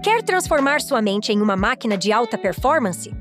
Quer transformar sua mente em uma máquina de alta performance?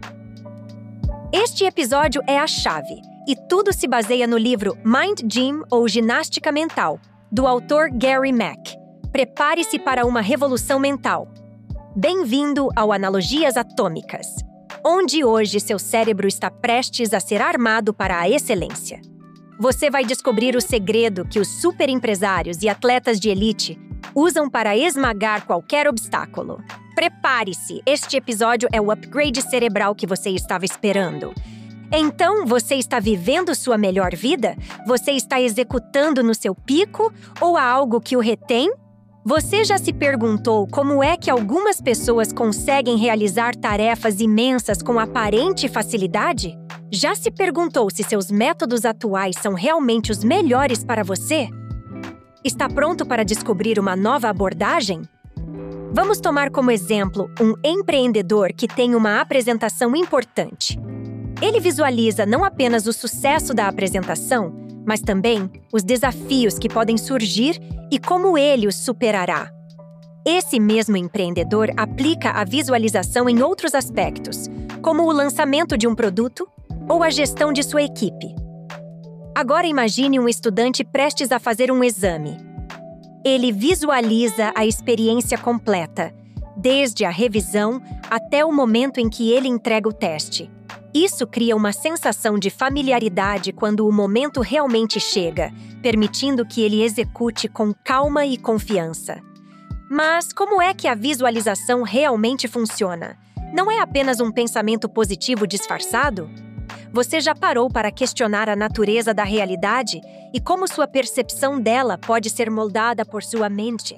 Este episódio é a chave, e tudo se baseia no livro Mind Gym ou Ginástica Mental, do autor Gary Mack. Prepare-se para uma revolução mental. Bem-vindo ao Analogias Atômicas, onde hoje seu cérebro está prestes a ser armado para a excelência. Você vai descobrir o segredo que os superempresários e atletas de elite usam para esmagar qualquer obstáculo. Prepare-se, este episódio é o upgrade cerebral que você estava esperando. Então, você está vivendo sua melhor vida? Você está executando no seu pico ou há algo que o retém? Você já se perguntou como é que algumas pessoas conseguem realizar tarefas imensas com aparente facilidade? Já se perguntou se seus métodos atuais são realmente os melhores para você? Está pronto para descobrir uma nova abordagem? Vamos tomar como exemplo um empreendedor que tem uma apresentação importante. Ele visualiza não apenas o sucesso da apresentação, mas também os desafios que podem surgir e como ele os superará. Esse mesmo empreendedor aplica a visualização em outros aspectos, como o lançamento de um produto ou a gestão de sua equipe. Agora imagine um estudante prestes a fazer um exame. Ele visualiza a experiência completa, desde a revisão até o momento em que ele entrega o teste. Isso cria uma sensação de familiaridade quando o momento realmente chega, permitindo que ele execute com calma e confiança. Mas como é que a visualização realmente funciona? Não é apenas um pensamento positivo disfarçado? Você já parou para questionar a natureza da realidade e como sua percepção dela pode ser moldada por sua mente?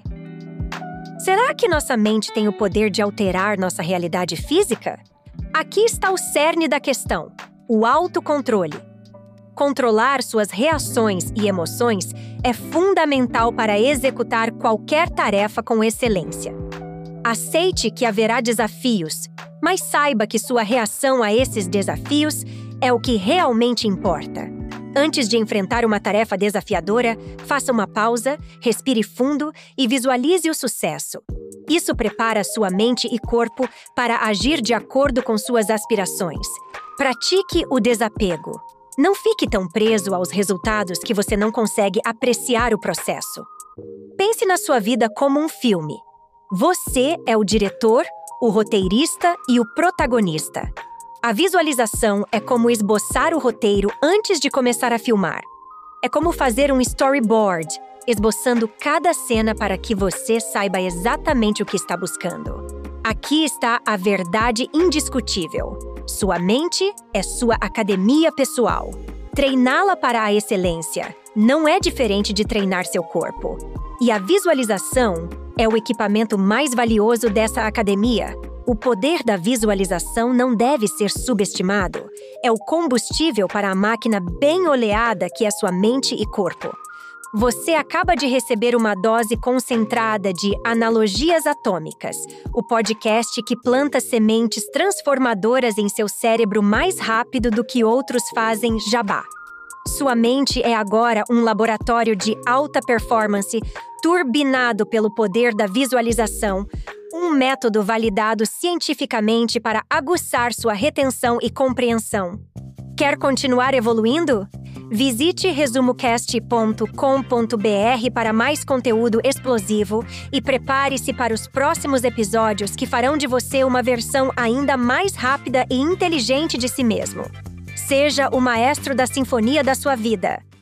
Será que nossa mente tem o poder de alterar nossa realidade física? Aqui está o cerne da questão: o autocontrole. Controlar suas reações e emoções é fundamental para executar qualquer tarefa com excelência. Aceite que haverá desafios, mas saiba que sua reação a esses desafios é o que realmente importa. Antes de enfrentar uma tarefa desafiadora, faça uma pausa, respire fundo e visualize o sucesso. Isso prepara sua mente e corpo para agir de acordo com suas aspirações. Pratique o desapego. Não fique tão preso aos resultados que você não consegue apreciar o processo. Pense na sua vida como um filme. Você é o diretor, o roteirista e o protagonista. A visualização é como esboçar o roteiro antes de começar a filmar. É como fazer um storyboard, esboçando cada cena para que você saiba exatamente o que está buscando. Aqui está a verdade indiscutível. Sua mente é sua academia pessoal. Treiná-la para a excelência não é diferente de treinar seu corpo. E a visualização é o equipamento mais valioso dessa academia. O poder da visualização não deve ser subestimado. É o combustível para a máquina bem oleada que é sua mente e corpo. Você acaba de receber uma dose concentrada de Analogias Atômicas, o podcast que planta sementes transformadoras em seu cérebro mais rápido do que outros fazem jabá. Sua mente é agora um laboratório de alta performance, turbinado pelo poder da visualização, um método validado cientificamente para aguçar sua retenção e compreensão. Quer continuar evoluindo? Visite resumocast.com.br para mais conteúdo explosivo e prepare-se para os próximos episódios que farão de você uma versão ainda mais rápida e inteligente de si mesmo. Seja o maestro da sinfonia da sua vida.